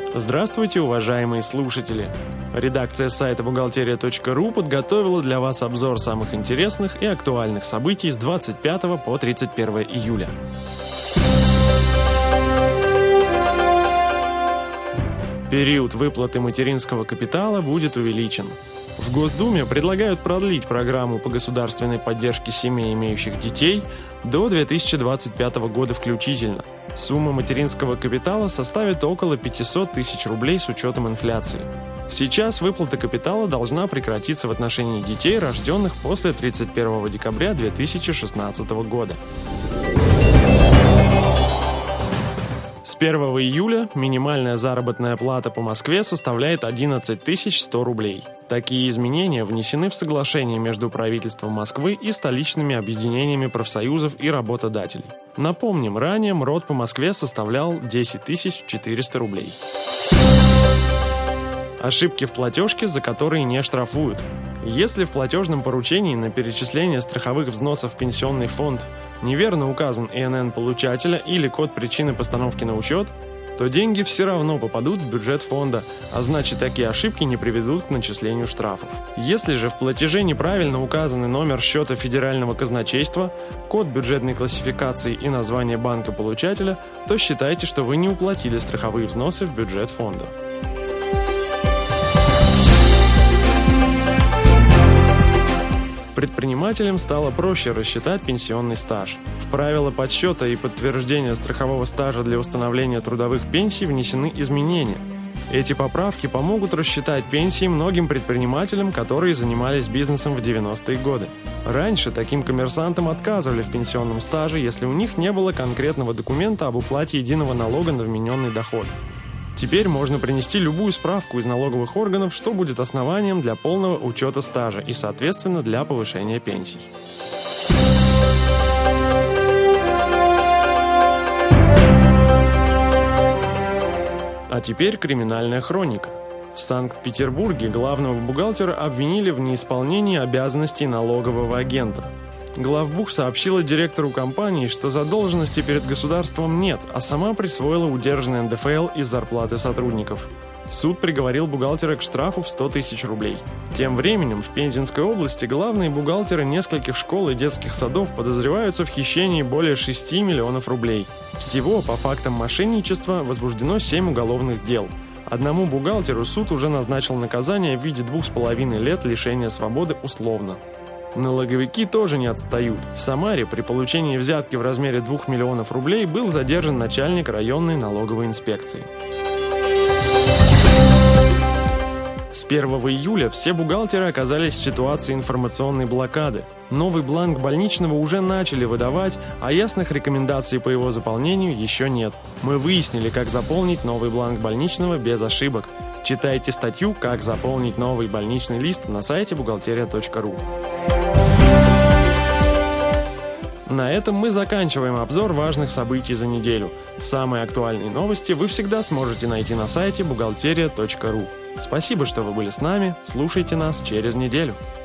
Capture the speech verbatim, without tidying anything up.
Здравствуйте, уважаемые слушатели! Редакция сайта бухгалтерия точка ру подготовила для вас обзор самых интересных и актуальных событий с двадцать пятого по тридцать первое июля. Период выплаты материнского капитала будет увеличен. В Госдуме предлагают продлить программу по государственной поддержке семей, имеющих детей, до две тысячи двадцать пятого года включительно. Сумма материнского капитала составит около пятьсот тысяч рублей с учетом инфляции. Сейчас выплата капитала должна прекратиться в отношении детей, рожденных после тридцать первого декабря две тысячи шестнадцатого года. С первого июля минимальная заработная плата по Москве составляет одиннадцать тысяч сто рублей. Такие изменения внесены в соглашение между правительством Москвы и столичными объединениями профсоюзов и работодателей. Напомним, ранее МРОТ по Москве составлял десять тысяч четыреста рублей. Ошибки в платежке, за которые не штрафуют. Если в платежном поручении на перечисление страховых взносов в пенсионный фонд неверно указан И Н Н получателя или код причины постановки на учет, то деньги все равно попадут в бюджет фонда, а значит, такие ошибки не приведут к начислению штрафов. Если же в платеже неправильно указаны номер счета федерального казначейства, код бюджетной классификации и название банка получателя, то считайте, что вы не уплатили страховые взносы в бюджет фонда. Предпринимателям стало проще рассчитать пенсионный стаж. В правила подсчета и подтверждения страхового стажа для установления трудовых пенсий внесены изменения. Эти поправки помогут рассчитать пенсии многим предпринимателям, которые занимались бизнесом в девяностые годы. Раньше таким коммерсантам отказывали в пенсионном стаже, если у них не было конкретного документа об уплате единого налога на вмененный доход. Теперь можно принести любую справку из налоговых органов, что будет основанием для полного учета стажа и, соответственно, для повышения пенсий. А теперь криминальная хроника. В Санкт-Петербурге главного бухгалтера обвинили в неисполнении обязанностей налогового агента. Главбух сообщила директору компании, что задолженности перед государством нет, а сама присвоила удержанный Н Д Ф Л из зарплаты сотрудников. Суд приговорил бухгалтера к штрафу в сто тысяч рублей. Тем временем в Пензенской области главные бухгалтеры нескольких школ и детских садов подозреваются в хищении более шести миллионов рублей. Всего по фактам мошенничества возбуждено семь уголовных дел. Одному бухгалтеру суд уже назначил наказание в виде двух с половиной лет лишения свободы условно. Налоговики тоже не отстают. В Самаре при получении взятки в размере двух миллионов рублей был задержан начальник районной налоговой инспекции. С первого июля все бухгалтеры оказались в ситуации информационной блокады. Новый бланк больничного уже начали выдавать, а ясных рекомендаций по его заполнению еще нет. Мы выяснили, как заполнить новый бланк больничного без ошибок. Читайте статью «Как заполнить новый больничный лист» на сайте бухгалтерия точка ру. На этом мы заканчиваем обзор важных событий за неделю. Самые актуальные новости вы всегда сможете найти на сайте бухгалтерия точка ру. Спасибо, что вы были с нами. Слушайте нас через неделю.